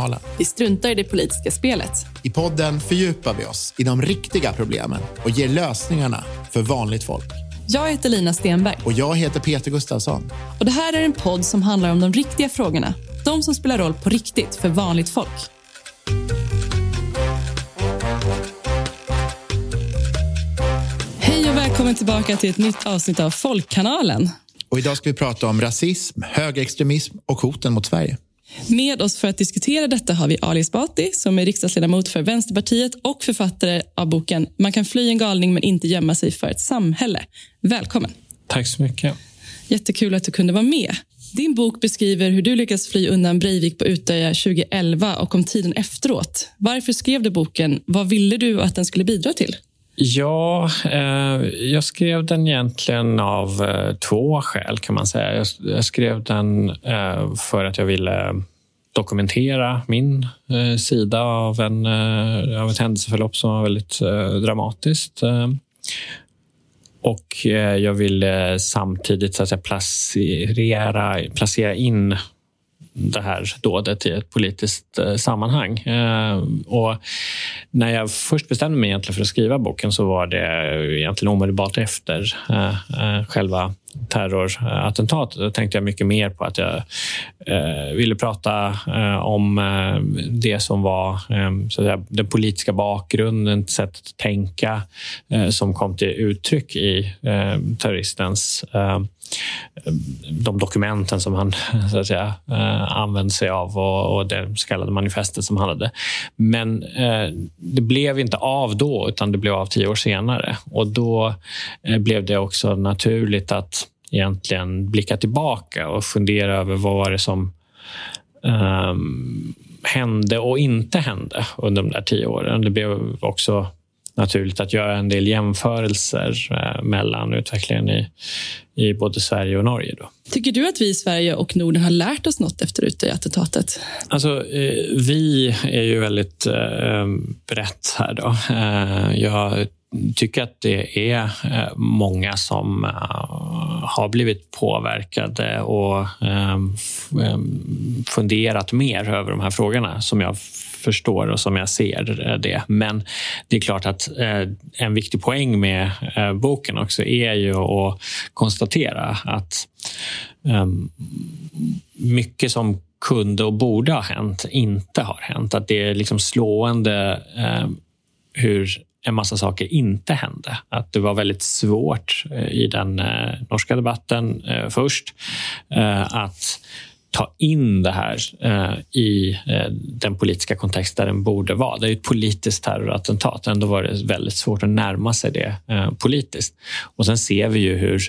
Folkkanalen. Vi struntar i det politiska spelet. I podden fördjupar vi oss i de riktiga problemen och ger lösningarna för vanligt folk. Jag heter Lina Stenberg. Och jag heter Peter Gustafsson. Och det här är en podd som handlar om de riktiga frågorna. De som spelar roll på riktigt för vanligt folk. Hej och välkommen tillbaka till ett nytt avsnitt av Folkkanalen. Och idag ska vi prata om rasism, högerextremism och hoten mot Sverige. Med oss för att diskutera detta har vi Ali Esbati som är riksdagsledamot för Vänsterpartiet och författare av boken Man kan fly en galning men inte gömma sig för ett samhälle. Välkommen. Tack så mycket. Jättekul att du kunde vara med. Din bok beskriver hur du lyckas fly undan Breivik på Utöja 2011 och om tiden efteråt. Varför skrev du boken? Vad ville du att den skulle bidra till? Ja, jag skrev den egentligen av två skäl kan man säga. Jag skrev den för att jag ville dokumentera min sida av ett händelseförlopp som var väldigt dramatiskt. Och jag ville samtidigt så att säga, placera in det här dådet i ett politiskt sammanhang. Och när jag först bestämde mig egentligen för att skriva boken så var det egentligen omedelbart efter själva terrorattentatet. Då tänkte jag mycket mer på att jag ville prata om det som var så att säga, den politiska bakgrunden, sättet att tänka som kom till uttryck i terroristens de dokumenten som han så att säga använde sig av och det så kallade manifestet som han hade. Men det blev inte av då utan det blev av 10 år senare. Och då blev det också naturligt att egentligen blicka tillbaka och fundera över vad var det som hände och inte hände under de där 10 åren. Det blev också naturligt att göra en del jämförelser mellan utvecklingen i både Sverige och Norge. Då. Tycker du att vi i Sverige och Norden har lärt oss något efter Utöja-attentatet? Alltså, vi är ju väldigt brett här då. Jag tycker att det är många som har blivit påverkade och funderat mer över de här frågorna som jag förstår och som jag ser det. Men det är klart att en viktig poäng med boken också är ju att konstatera att mycket som kunde och borde ha hänt inte har hänt. Att det är liksom slående hur en massa saker inte hände. Att det var väldigt svårt i den norska debatten först att ta in det här i den politiska kontext där den borde vara. Det är ett politiskt terrorattentat. Ändå var det väldigt svårt att närma sig det politiskt. Och sen ser vi ju hur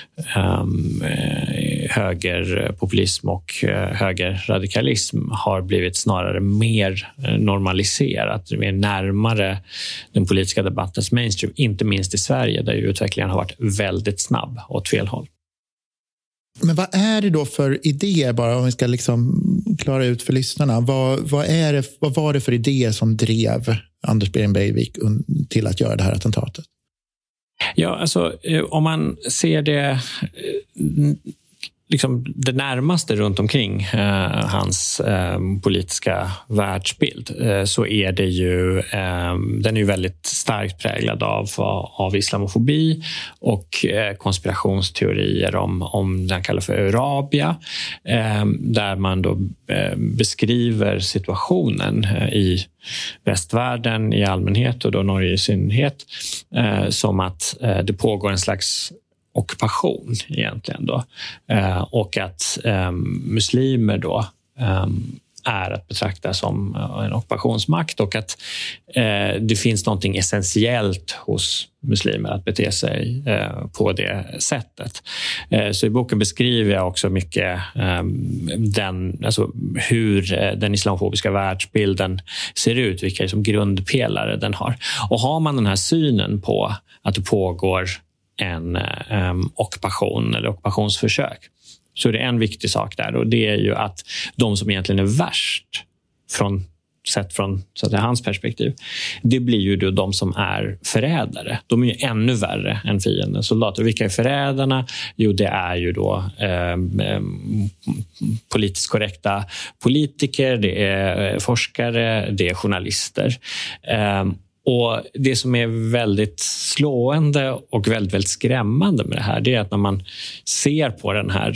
högerpopulism och högerradikalism har blivit snarare mer normaliserat, mer närmare den politiska debattens mainstream. Inte minst i Sverige där ju utvecklingen har varit väldigt snabb åt fel håll. Men vad är det då för idéer, bara om vi ska liksom klara ut för lyssnarna? Vad var det för idéer som drev Anders Behring Breivik till att göra det här attentatet? Ja, alltså om man ser det liksom det närmaste runt omkring hans politiska världsbild så är det ju den är ju väldigt starkt präglad av islamofobi och konspirationsteorier om den kallas för Eurabia där man då beskriver situationen i västvärlden i allmänhet och då Norge i synnerhet som att det pågår en slags ockupation egentligen då. Och att muslimer då är att betrakta som en ockupationsmakt och att det finns någonting essentiellt hos muslimer att bete sig på det sättet. Så i boken beskriver jag också mycket hur den islamofobiska världsbilden ser ut, vilka som grundpelare den har. Och har man den här synen på att det pågår en ockupation eller ockupationsförsök så är det en viktig sak där och det är ju att de som egentligen är värst från sett från så att säga, hans perspektiv. Det blir ju då de som är förrädare. De är ju ännu värre än fienden. Soldater. Vilka är förrädarna? Jo, det är ju då politiskt korrekta politiker, det är forskare, det är journalister. Och det som är väldigt slående och väldigt, väldigt skrämmande med det här, det är att när man ser på den här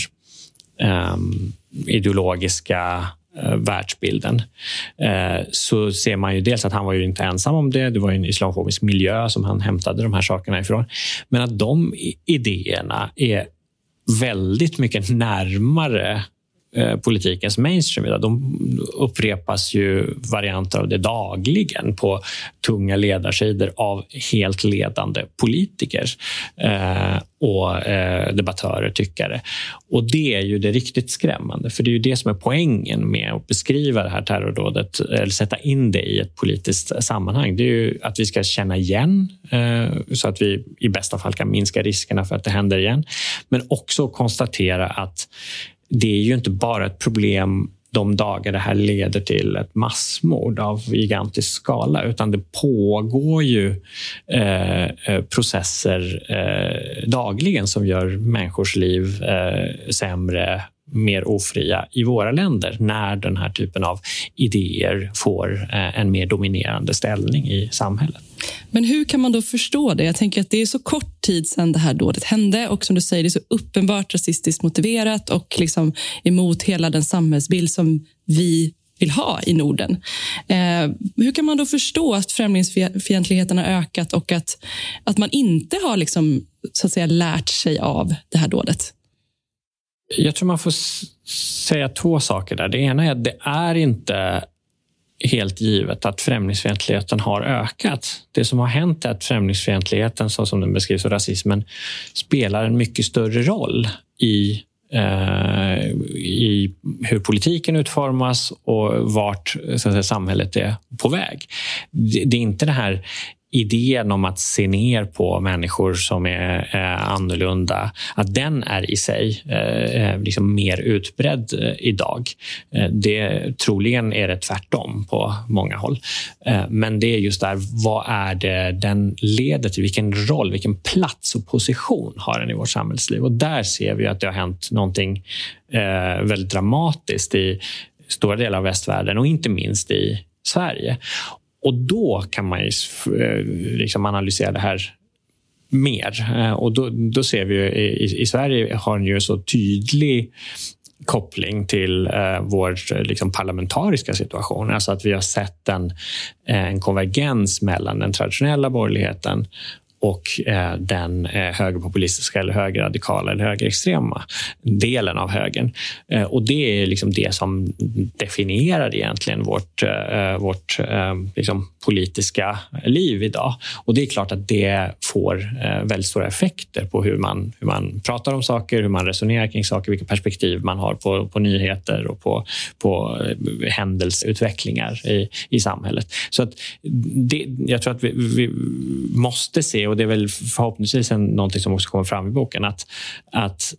ideologiska världsbilden så ser man ju dels att han var ju inte ensam om det. Det var ju en islamofobisk miljö som han hämtade de här sakerna ifrån. Men att de idéerna är väldigt mycket närmare politikens mainstream. De upprepas ju varianter av det dagligen på tunga ledarsidor av helt ledande politiker och debattörer, tyckare. Och det är ju det riktigt skrämmande, för det är ju det som är poängen med att beskriva det här terrordådet eller sätta in det i ett politiskt sammanhang. Det är ju att vi ska känna igen så att vi i bästa fall kan minska riskerna för att det händer igen, men också konstatera att det är ju inte bara ett problem de dagar det här leder till ett massmord av gigantisk skala, utan det pågår ju processer dagligen som gör människors liv sämre, mer ofria i våra länder när den här typen av idéer får en mer dominerande ställning i samhället. Men hur kan man då förstå det? Jag tänker att det är så kort tid sedan det här dådet hände och som du säger, det är så uppenbart rasistiskt motiverat och liksom emot hela den samhällsbild som vi vill ha i Norden. Hur kan man då förstå att främlingsfientligheten har ökat och att man inte har liksom, så att säga, lärt sig av det här dådet? Jag tror man får säga två saker där. Det ena är att det är inte helt givet att främlingsfientligheten har ökat. Det som har hänt är att främlingsfientligheten, så som den beskrivs, och rasismen spelar en mycket större roll i hur politiken utformas och vart, så att säga, samhället är på väg. Det är inte det här idén om att se ner på människor som är annorlunda, att den är i sig liksom mer utbredd idag. Det troligen är det tvärtom på många håll. Men det är just där, vad är det den leder till? Vilken roll, vilken plats och position har den i vårt samhällsliv? Och där ser vi att det har hänt någonting väldigt dramatiskt i stora delar av västvärlden och inte minst i Sverige. Och då kan man ju liksom analysera det här mer. Och då ser vi ju i Sverige har den ju så tydlig koppling till vår liksom parlamentariska situation. Alltså att vi har sett en konvergens mellan den traditionella borgerligheten och den högerpopulistiska eller högerradikala eller högerextrema delen av högern. Och det är liksom det som definierar egentligen vårt liksom politiska liv idag. Och det är klart att det får väldigt stora effekter på hur man pratar om saker, hur man resonerar kring saker, vilka perspektiv man har på nyheter och på händelseutvecklingar i samhället. Så att jag tror att vi måste se, och det är väl förhoppningsvis någonting som också kommer fram i boken, att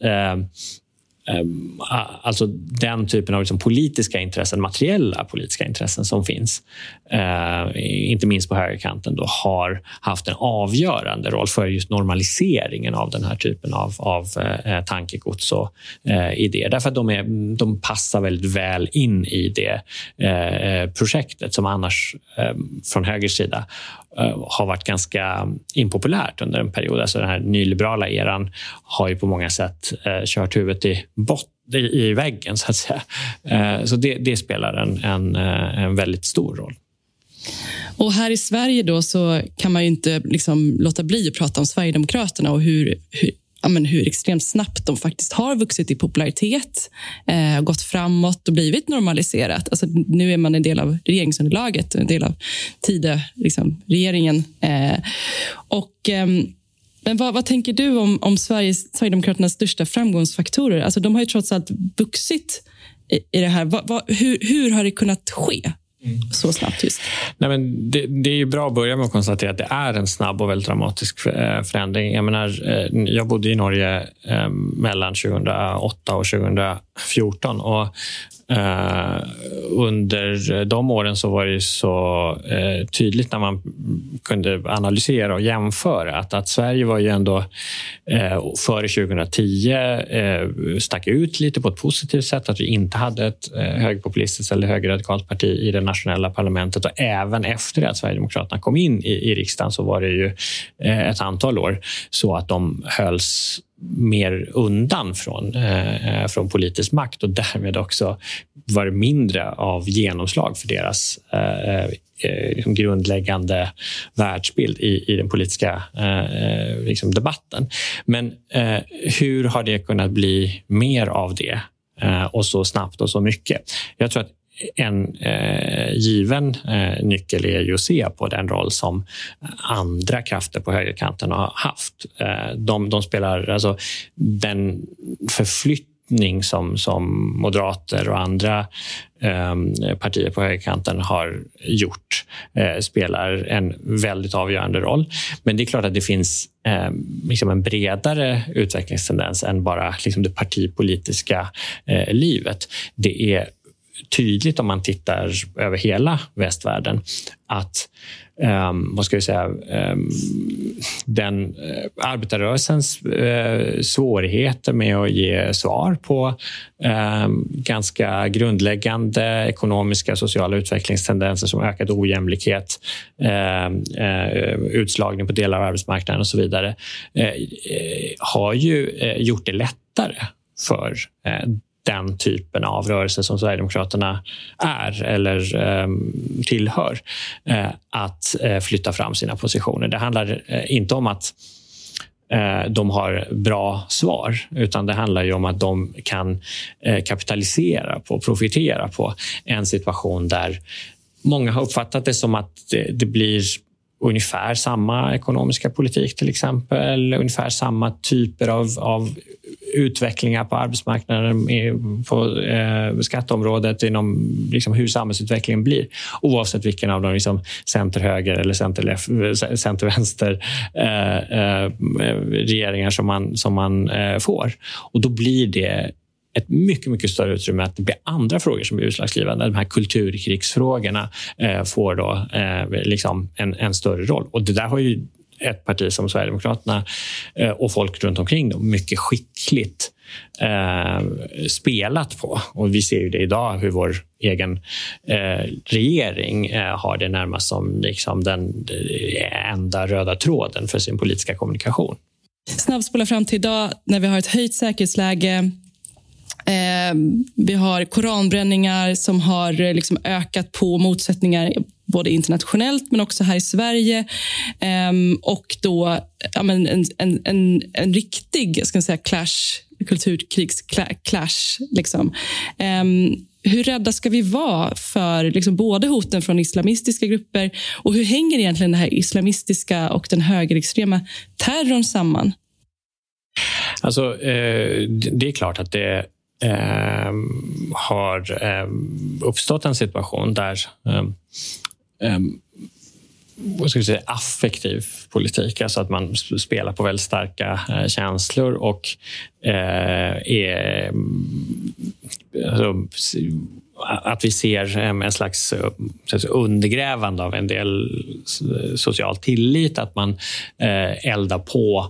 alltså den typen av liksom politiska intressen, materiella politiska intressen som finns, inte minst på högerkanten, då har haft en avgörande roll för just normaliseringen av den här typen av tankegods och idéer. Därför att de passar väldigt väl in i det projektet som annars från högers sida har varit ganska impopulärt under en period. Alltså den här nyliberala eran har ju på många sätt kört huvudet i väggen, så att säga. Så det spelar en väldigt stor roll. Och här i Sverige då så kan man ju inte liksom låta bli att prata om Sverigedemokraterna och hur extremt snabbt de faktiskt har vuxit i popularitet, gått framåt och blivit normaliserat. Alltså, nu är man en del av regeringsunderlaget, en del av regeringen. Men vad tänker du om Sverigedemokraternas största framgångsfaktorer? Alltså, de har ju trots allt vuxit i det här. Hur har det kunnat ske så snabbt just? Nej, men det är ju bra att börja med att konstatera att det är en snabb och väldigt dramatisk förändring. Jag menar, jag bodde i Norge mellan 2008 och 2014 och under de åren så var det så tydligt när man kunde analysera och jämföra att Sverige var ju ändå före 2010 stack ut lite på ett positivt sätt, att vi inte hade ett högerpopulistiskt eller högerradikalt parti i det nationella parlamentet, och även efter det att Sverigedemokraterna kom in i riksdagen så var det ju ett antal år så att de hölls mer undan från politisk makt, och därmed också var det mindre av genomslag för deras grundläggande världsbild i den politiska debatten. Men hur har det kunnat bli mer av det och så snabbt och så mycket? Jag tror att en given nyckel är ju att se på den roll som andra krafter på högerkanten har haft. De spelar, alltså den förflyttning som moderater och andra partier på högerkanten har gjort spelar en väldigt avgörande roll. Men det är klart att det finns en bredare utvecklingstendens än bara det partipolitiska livet. Det är tydligt om man tittar över hela västvärlden att den arbetarrörelsens svårigheter med att ge svar på ganska grundläggande ekonomiska och sociala utvecklingstendenser som ökad ojämlikhet, utslagning på delar av arbetsmarknaden och så vidare har ju gjort det lättare för den typen av rörelse som Sverigedemokraterna är eller tillhör att flytta fram sina positioner. Det handlar inte om att de har bra svar, utan det handlar ju om att de kan kapitalisera på, profitera på en situation där många har uppfattat det som att det blir ungefär samma ekonomiska politik till exempel, ungefär samma typer av utvecklingar på arbetsmarknaden, på skatteområdet, inom hur samhällsutvecklingen blir, oavsett vilken av de center-höger eller center-vänster regeringar som man får. Och då blir det ett mycket, mycket större utrymme att det blir andra frågor som blir utslagsgivande. De här kulturkrigsfrågorna får då en större roll. Och det där har ju ett parti som Sverigedemokraterna och folk runt omkring dem mycket skickligt spelat på. Och vi ser ju det idag hur vår egen regering har det närmast som den enda röda tråden för sin politiska kommunikation. Snabbspola fram till idag när vi har ett höjt säkerhetsläge. Vi har koranbränningar som har ökat på motsättningar både internationellt men också här i Sverige, och då en riktig kulturkrigsclash. Hur rädda ska vi vara för både hoten från islamistiska grupper, och hur hänger egentligen det här islamistiska och den högerextrema terrorn samman? Alltså, det är klart att det har uppstått en situation där affektiv politik, alltså att man spelar på väldigt starka känslor och att vi ser en slags undergrävande av en del social tillit, att man eldar på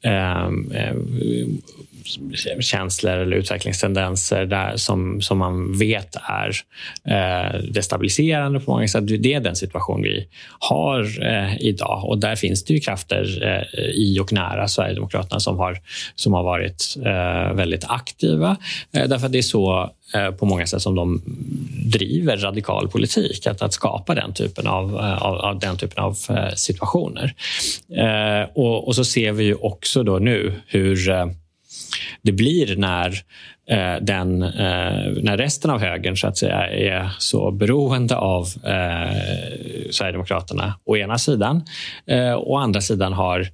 känslor eller utvecklingstendenser där som man vet är destabiliserande på många sätt. Det är den situation vi har idag, och där finns det ju krafter i och nära Sverigedemokraterna som har varit väldigt aktiva, därför att det är så på många sätt som de driver radikal politik, att skapa den typen av situationer. Och så ser vi ju också då nu hur det blir när resten av högern så att säga är så beroende av Sverigedemokraterna å ena sidan, och å andra sidan har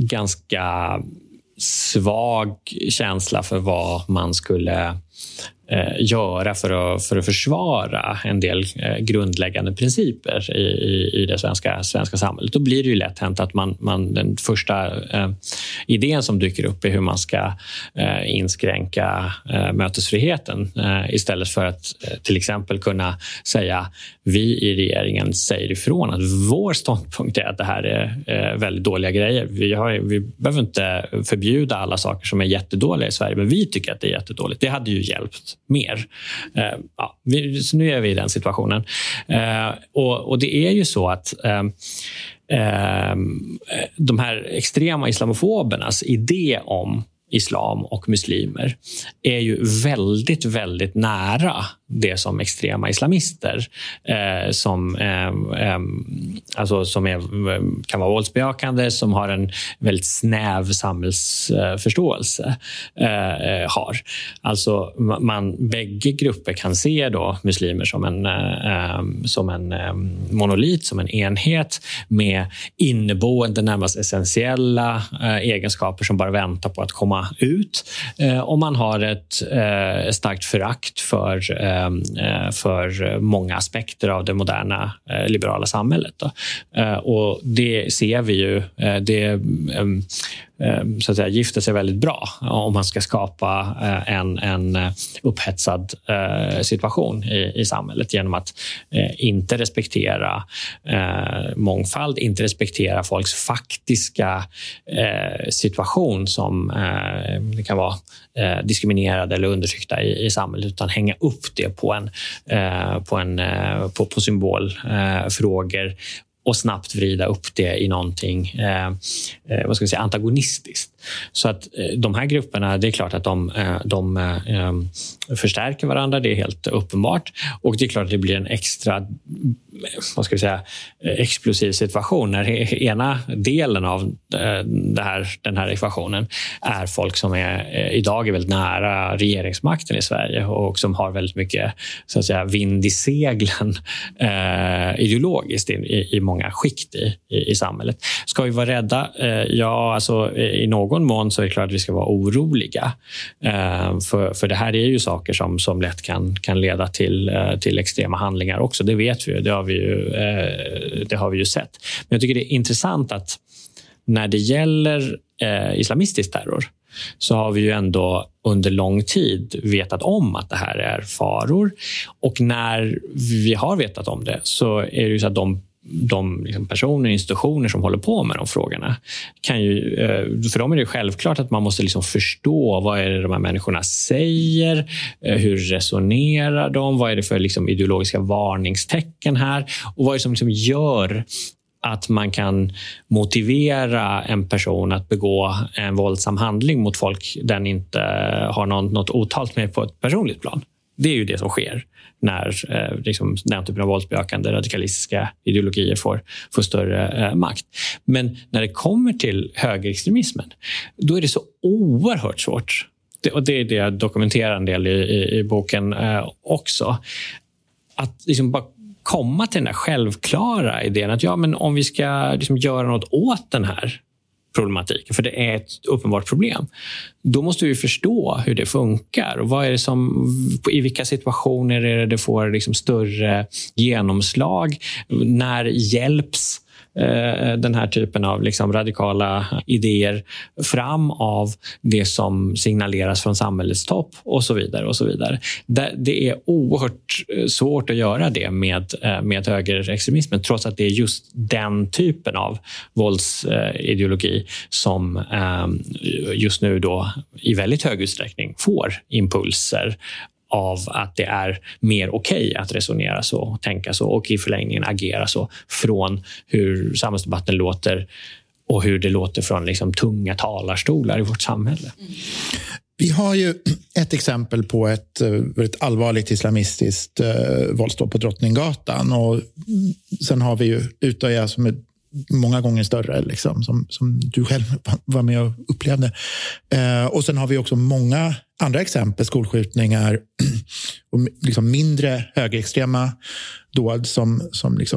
ganska svag känsla för vad man skulle göra för att försvara en del grundläggande principer i det svenska samhället. Då blir det ju lätt hänt att man den första idén som dyker upp är hur man ska inskränka mötesfriheten istället för att till exempel kunna säga vi i regeringen säger ifrån att vår ståndpunkt är att det här är väldigt dåliga grejer. Vi behöver inte förbjuda alla saker som är jättedåliga i Sverige, men vi tycker att det är jättedåligt. Det hade ju hjälpt mer. Så nu är vi i den situationen. Och det är ju så att de här extrema islamofobernas idé om islam och muslimer är ju väldigt, väldigt nära det som extrema islamister som kan vara våldsbejakande, som har en väldigt snäv samhällsförståelse har. Alltså bägge grupper kan se då muslimer som en monolit, som en enhet med inneboende närmast essentiella egenskaper som bara väntar på att komma ut. Och man har ett starkt förakt för många aspekter av det moderna liberala samhället. Och det ser vi ju, det så att säga, gifter sig väldigt bra om man ska skapa en upphetsad situation i samhället genom att inte respektera mångfald, inte respektera folks faktiska situation situation som det kan vara diskriminerade eller undertryckta i samhället, utan hänga upp det på symbolfrågor och snabbt vrida upp det i någonting antagonistiskt. Så att de här grupperna, det är klart att de förstärker varandra, det är helt uppenbart. Och det är klart att det blir en extra explosiv situation när ena delen av den här ekvationen är folk som idag är väldigt nära regeringsmakten i Sverige och som har väldigt mycket så att säga vind i seglen ideologiskt i många skikt i samhället. Ska vi vara rädda? Ja, alltså i någon mån så är det klart att vi ska vara oroliga. För det här är ju saker som lätt kan leda till extrema handlingar också. Det vet vi ju. Det har vi ju sett. Men jag tycker det är intressant att när det gäller islamistisk terror så har vi ju ändå under lång tid vetat om att det här är faror. Och när vi har vetat om det så är det ju så att de liksom personer och institutioner som håller på med de frågorna kan ju, för dem är det självklart att man måste liksom förstå vad är det de här människorna säger, hur resonerar de, vad är det för liksom ideologiska varningstecken här och vad är det som liksom gör att man kan motivera en person att begå en våldsam handling mot folk den inte har något otalt med på ett personligt plan. Det är ju det som sker när den typen av våldsbejakande radikalistiska ideologier får större makt. Men när det kommer till högerextremismen, då är det så oerhört svårt. Och det är det jag dokumenterar en del i boken också. Att liksom bara komma till den där självklara idén att men om vi ska göra något åt den här problematiken, för det är ett uppenbart problem, då måste vi förstå hur det funkar och vad är det i vilka situationer är det får större genomslag, när hjälps den här typen av radikala idéer fram av det som signaleras från samhällets topp och så vidare och så vidare. Det är oerhört svårt att göra det med högerextremismen, trots att det är just den typen av våldsideologi som just nu då i väldigt hög utsträckning får impulser av att det är mer okej att resonera så, tänka så och i förlängningen agera så från hur samhällsdebatten låter och hur det låter från tunga talarstolar i vårt samhälle. Vi har ju ett exempel på ett väldigt allvarligt islamistiskt våldsdåd på Drottninggatan, och sen har vi ju Utöja som är många gånger större, som du själv var med och upplevde. Och sen har vi också många andra exempel, skolskjutningar och mindre högerextrema dåd som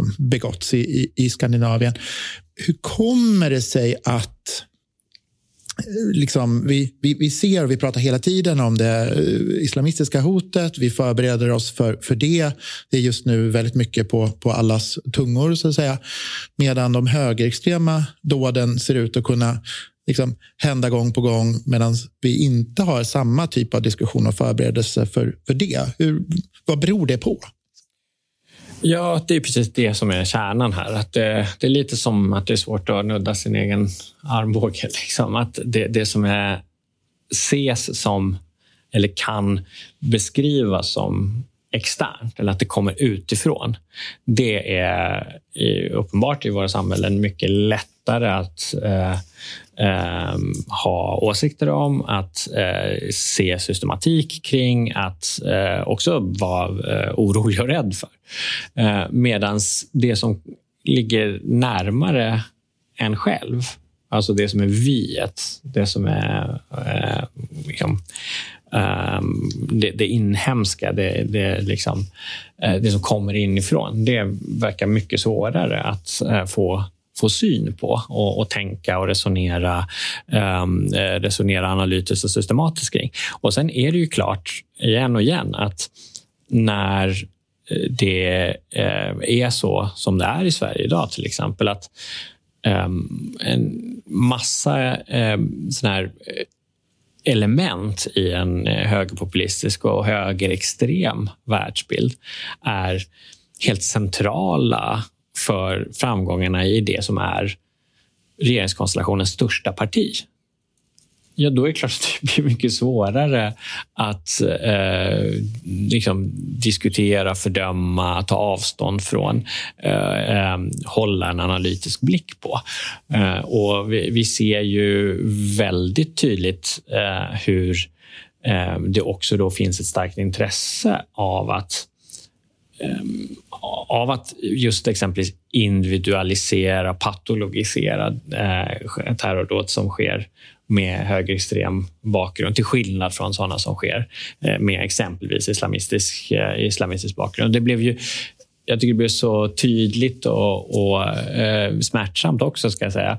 begåtts i Skandinavien. Hur kommer det sig att liksom, vi ser och vi pratar hela tiden om det islamistiska hotet. Vi förbereder oss för det. Det är just nu väldigt mycket på allas tungor, så att säga. Medan de högerextrema dåden ser ut att kunna liksom hända gång på gång, medan vi inte har samma typ av diskussion och förberedelse för det. Vad beror det på? Ja, det är precis det som är kärnan här. Att det är lite som att det är svårt att nudda sin egen armbåge. Liksom. Att det som ses som, eller kan beskrivas som externt, eller att det kommer utifrån, det är uppenbart i våra samhällen mycket lättare att ha åsikter om, att se systematik kring, att också vara orolig och rädd för. Medans det som ligger närmare en själv, alltså det som är viet, det som är liksom, det inhemska, det som kommer inifrån, det verkar mycket svårare att få syn på och tänka och resonera analytiskt och systematiskt kring. Och sen är det ju klart igen och igen att när det är så som det är i Sverige idag, till exempel, att en massa sån här element i en högerpopulistisk och högerextrem världsbild är helt centrala för framgångarna i det som är regeringskonstellationens största parti. Ja, då är det klart att det blir mycket svårare att liksom diskutera, fördöma, ta avstånd från, hålla en analytisk blick på. Och vi ser ju väldigt tydligt hur det också då finns ett starkt intresse av att just exempelvis individualisera, patologisera terrordåd som sker med högerextrem bakgrund, till skillnad från sådana som sker med exempelvis islamistisk bakgrund. Det blev ju, jag tycker det blev så tydligt och smärtsamt också, ska jag säga,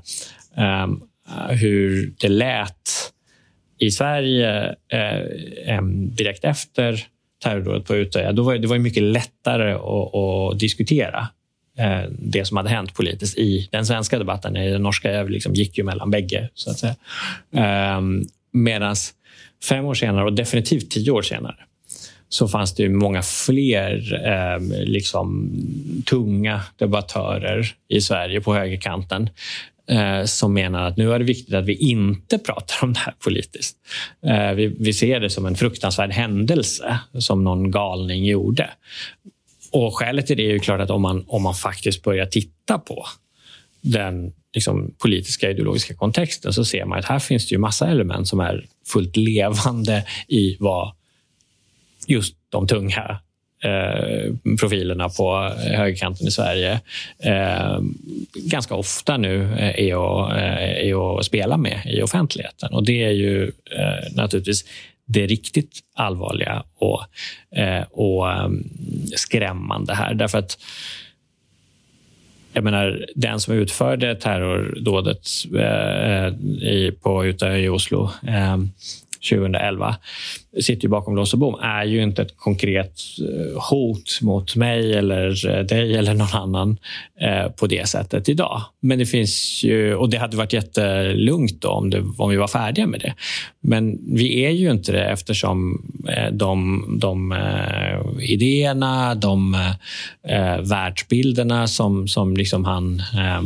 hur det lät i Sverige direkt efter terrordådet på Utøya. Det var ju mycket lättare att diskutera det som hade hänt politiskt i den svenska debatten. I den norska liksom gick ju mellan bägge, så att säga. Medan 5 år senare, och definitivt 10 år senare, så fanns det ju många fler liksom tunga debattörer i Sverige på högerkanten som menar att nu är det viktigt att vi inte pratar om det här politiskt. Vi ser det som en fruktansvärd händelse som någon galning gjorde. Och skälet till det är ju klart att om man faktiskt börjar titta på den liksom politiska ideologiska kontexten, så ser man att här finns det ju massa element som är fullt levande i vad just de tunga profilerna på högerkanten i Sverige ganska ofta nu är att spela med i offentligheten. Och det är ju naturligtvis det riktigt allvarliga och skrämmande här. Därför att jag menar, den som utförde terrordådet på Utøya i Oslo 2011 sitter ju bakom lås och bom, är ju inte ett konkret hot mot mig eller dig eller någon annan på det sättet idag. Men det finns ju, och det hade varit jättelugnt då om vi var färdiga med det. Men vi är ju inte det, eftersom de idéerna, de världsbilderna som liksom han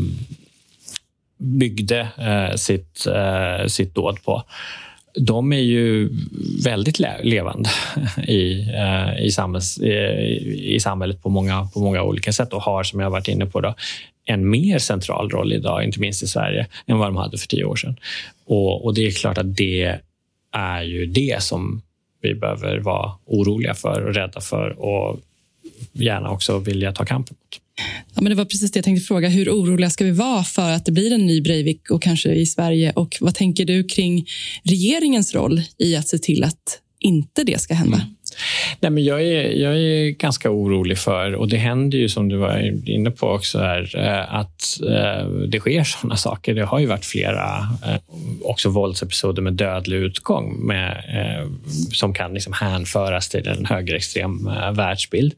byggde sitt dåd på, de är ju väldigt levande i samhället på många olika sätt, och har, som jag har varit inne på då, en mer central roll idag, inte minst i Sverige, än vad de hade för 10 år sedan. Och det är klart att det är ju det som vi behöver vara oroliga för och rädda för, och gärna också vilja ta kamp mot. Ja, men det var precis det jag tänkte fråga. Hur oroliga ska vi vara för att det blir en ny Breivik och kanske i Sverige? Och vad tänker du kring regeringens roll i att se till att inte det ska hända? Nej, men jag är ganska orolig för, och det händer ju som du var inne på också här, att det sker sådana saker. Det har ju varit flera också våldsepisoder med dödlig utgång som kan liksom hänföras till en högerextrem världsbild.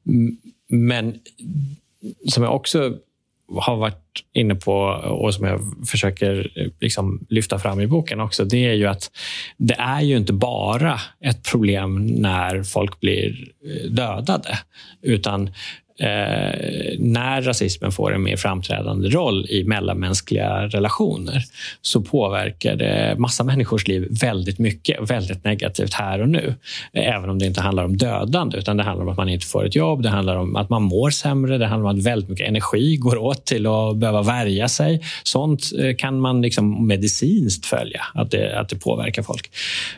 Men som jag också har varit inne på och som jag försöker liksom lyfta fram i boken också, det är ju att det är ju inte bara ett problem när folk blir dödade, utan när rasismen får en mer framträdande roll i mellanmänskliga relationer så påverkar det massa människors liv väldigt mycket, väldigt negativt här och nu. Även om det inte handlar om dödande, utan det handlar om att man inte får ett jobb, det handlar om att man mår sämre, det handlar om att väldigt mycket energi går åt till att behöva värja sig. Sånt kan man liksom medicinskt följa, att det påverkar folk.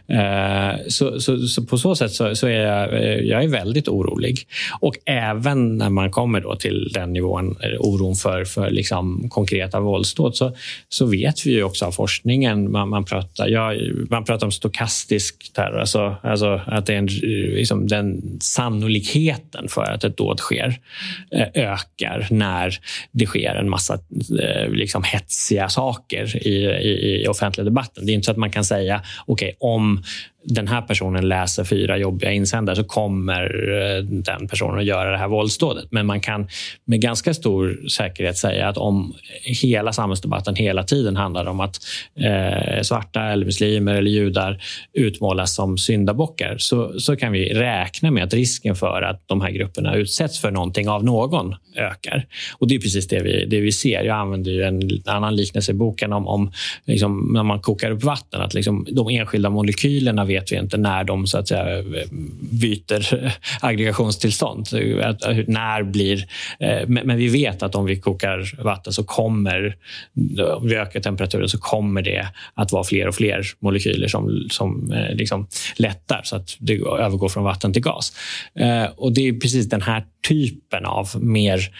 Så på så sätt så är jag är väldigt orolig. Och även när man kommer då till den nivån, oron för liksom konkreta våldsdåd, så vet vi ju också av forskningen, man pratar om stokastisk terror, alltså att det är liksom den sannolikheten för att ett dåd sker ökar när det sker en massa liksom hetsiga saker i offentliga debatten. Det är inte så att man kan säga okej, om den här personen läser 4 jobbiga insändare så kommer den personen att göra det här våldsdådet. Men man kan med ganska stor säkerhet säga att om hela samhällsdebatten hela tiden handlar om att svarta eller muslimer eller judar utmålas som syndabockar, så kan vi räkna med att risken för att de här grupperna utsätts för någonting av någon ökar. Och det är precis det vi ser. Jag använder ju en annan liknelse i boken om liksom, när man kokar upp vatten, att liksom, de enskilda molekylerna vet vi inte när de så att säga byter aggregationstillstånd. Men vi vet att om vi kokar vatten så kommer, om vi ökar temperaturen så kommer det att vara fler och fler molekyler som liksom lättar så att det övergår från vatten till gas. Och det är precis den här typen av mer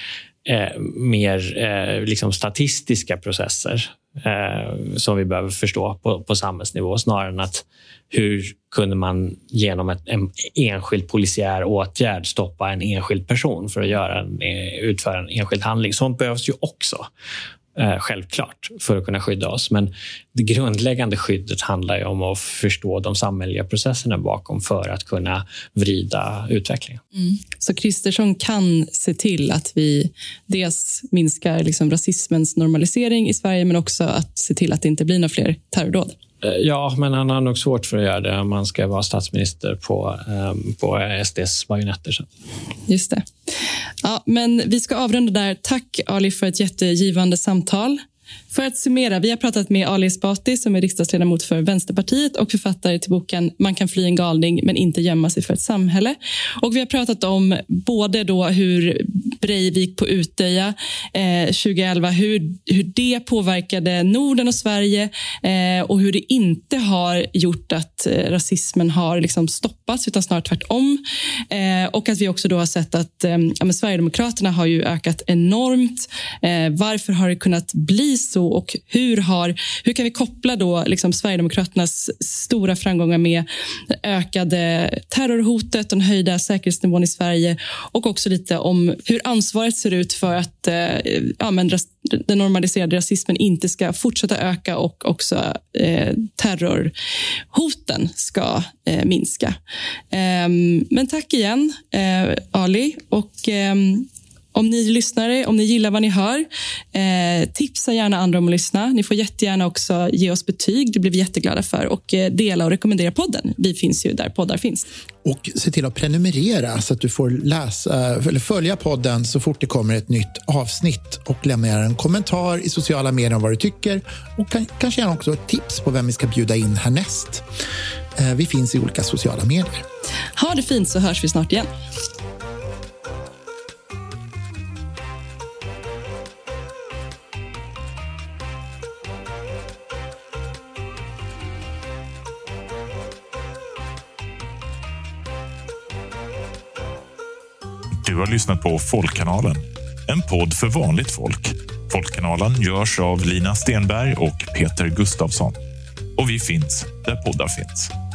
liksom statistiska processer som vi behöver förstå på samhällsnivå, snarare än att hur kunde man genom en enskild polisiär åtgärd stoppa en enskild person för att utföra en enskild handling. Sånt behövs ju också. Självklart, för att kunna skydda oss. Men det grundläggande skyddet handlar ju om att förstå de samhälleliga processerna bakom för att kunna vrida utvecklingen. Så Kristersson kan se till att vi dels minskar liksom rasismens normalisering i Sverige, men också att se till att det inte blir några fler terrordåd? Ja, men han har nog svårt för att göra det om man ska vara statsminister på SDs bajonetter. Just det. Ja, men vi ska avrunda där. Tack Ali för ett jättegivande samtal. För att summera, vi har pratat med Ali Esbati som är riksdagsledamot för Vänsterpartiet och författare till boken Man kan fly en galning men inte gömma sig för ett samhälle. Och vi har pratat om både då hur Breivik på Utöja 2011, hur det påverkade Norden och Sverige och hur det inte har gjort att rasismen har liksom stoppats utan snarare tvärtom. Och att vi också då har sett att Sverigedemokraterna har ju ökat enormt. Varför har det kunnat bli så och hur kan vi koppla då liksom Sverigedemokraternas stora framgångar med ökade terrorhotet, den höjda säkerhetsnivån i Sverige och också lite om hur ansvaret ser ut för att den normaliserade rasismen inte ska fortsätta öka och också terrorhoten ska minska. Men tack igen Ali och om ni lyssnare, om ni gillar vad ni hör, tipsa gärna andra om att lyssna. Ni får jättegärna också ge oss betyg, det blir vi jätteglada för. Och dela och rekommendera podden. Vi finns ju där poddar finns. Och se till att prenumerera så att du får läsa eller följa podden så fort det kommer ett nytt avsnitt. Och lämna en kommentar i sociala medier om vad du tycker. Och kanske gärna också ett tips på vem vi ska bjuda in härnäst. Vi finns i olika sociala medier. Ha det fint så hörs vi snart igen. Du har lyssnat på Folkkanalen, en podd för vanligt folk. Folkkanalen görs av Lina Stenberg och Peter Gustafsson. Och vi finns där poddar finns.